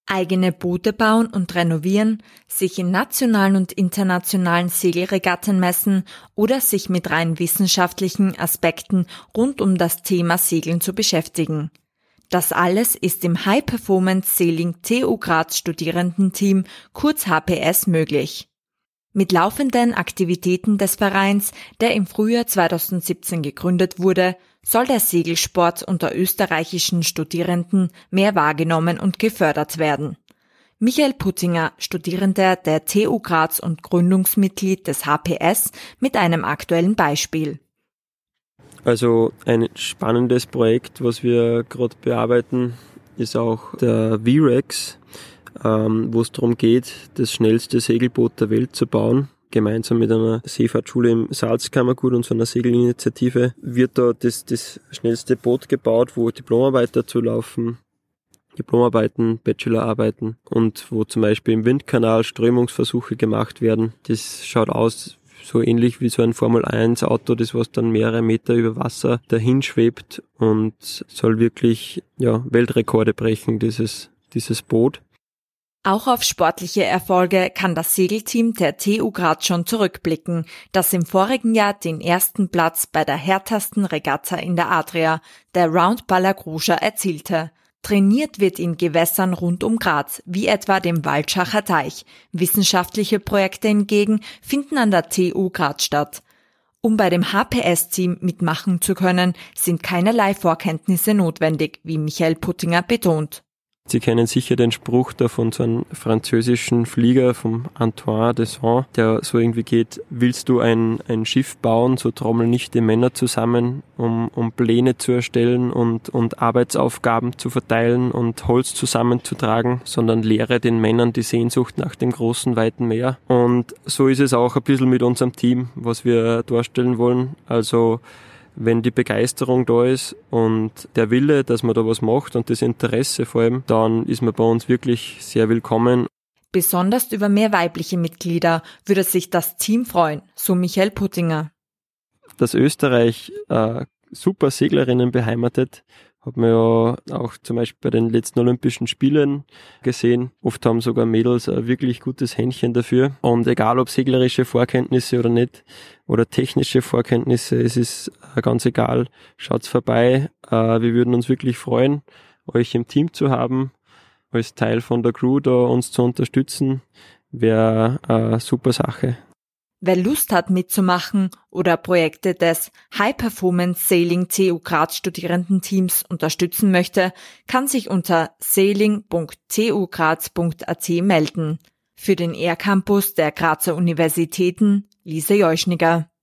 Eigene Boote bauen und renovieren, sich in nationalen und internationalen Segelregatten messen oder sich mit rein wissenschaftlichen Aspekten rund um das Thema Segeln zu beschäftigen. Das alles ist im High Performance Sailing TU Graz Studierendenteam, kurz HPS, möglich. Mit laufenden Aktivitäten des Vereins, der im Frühjahr 2017 gegründet wurde, soll der Segelsport unter österreichischen Studierenden mehr wahrgenommen und gefördert werden. Michael Puttinger, Studierender der TU Graz und Gründungsmitglied des HPS, mit einem aktuellen Beispiel. Also ein spannendes Projekt, was wir gerade bearbeiten, ist auch der VREX, wo es darum geht, das schnellste Segelboot der Welt zu bauen. Gemeinsam mit einer Seefahrtschule im Salzkammergut und so einer Segelinitiative wird da das schnellste Boot gebaut, wo Diplomarbeit dazu laufen, Diplomarbeiten, Bachelorarbeiten und wo zum Beispiel im Windkanal Strömungsversuche gemacht werden. Das schaut aus so ähnlich wie so ein Formel-1-Auto, das was dann mehrere Meter über Wasser dahin schwebt und soll wirklich Weltrekorde brechen, dieses Boot. Auch auf sportliche Erfolge kann das Segelteam der TU Graz schon zurückblicken, das im vorigen Jahr den ersten Platz bei der härtesten Regatta in der Adria, der Round Palagruja, erzielte. Trainiert wird in Gewässern rund um Graz, wie etwa dem Waldschacher Teich. Wissenschaftliche Projekte hingegen finden an der TU Graz statt. Um bei dem HPS-Team mitmachen zu können, sind keinerlei Vorkenntnisse notwendig, wie Michael Puttinger betont. Sie kennen sicher den Spruch da von so einem französischen Flieger, vom Antoine de Saint, der so irgendwie geht: Willst du ein Schiff bauen, so trommel nicht die Männer zusammen, um Pläne zu erstellen und Arbeitsaufgaben zu verteilen und Holz zusammenzutragen, sondern lehre den Männern die Sehnsucht nach dem großen, weiten Meer. Und so ist es auch ein bisschen mit unserem Team, was wir darstellen wollen. Also wenn die Begeisterung da ist und der Wille, dass man da was macht und das Interesse vor allem, dann ist man bei uns wirklich sehr willkommen. Besonders über mehr weibliche Mitglieder würde sich das Team freuen, so Michael Puttinger. Dass Österreich super Seglerinnen beheimatet, hat man ja auch zum Beispiel bei den letzten Olympischen Spielen gesehen. Oft haben sogar Mädels ein wirklich gutes Händchen dafür. Und egal ob seglerische Vorkenntnisse oder nicht, oder technische Vorkenntnisse, es ist ganz egal. Schaut's vorbei. Wir würden uns wirklich freuen, euch im Team zu haben, als Teil von der Crew da uns zu unterstützen. Wäre eine super Sache. Wer Lust hat mitzumachen oder Projekte des High Performance Sailing TU Graz Studierendenteams unterstützen möchte, kann sich unter sailing.tugraz.at melden. Für den ER-Campus der Grazer Universitäten, Lise Jeuschniger.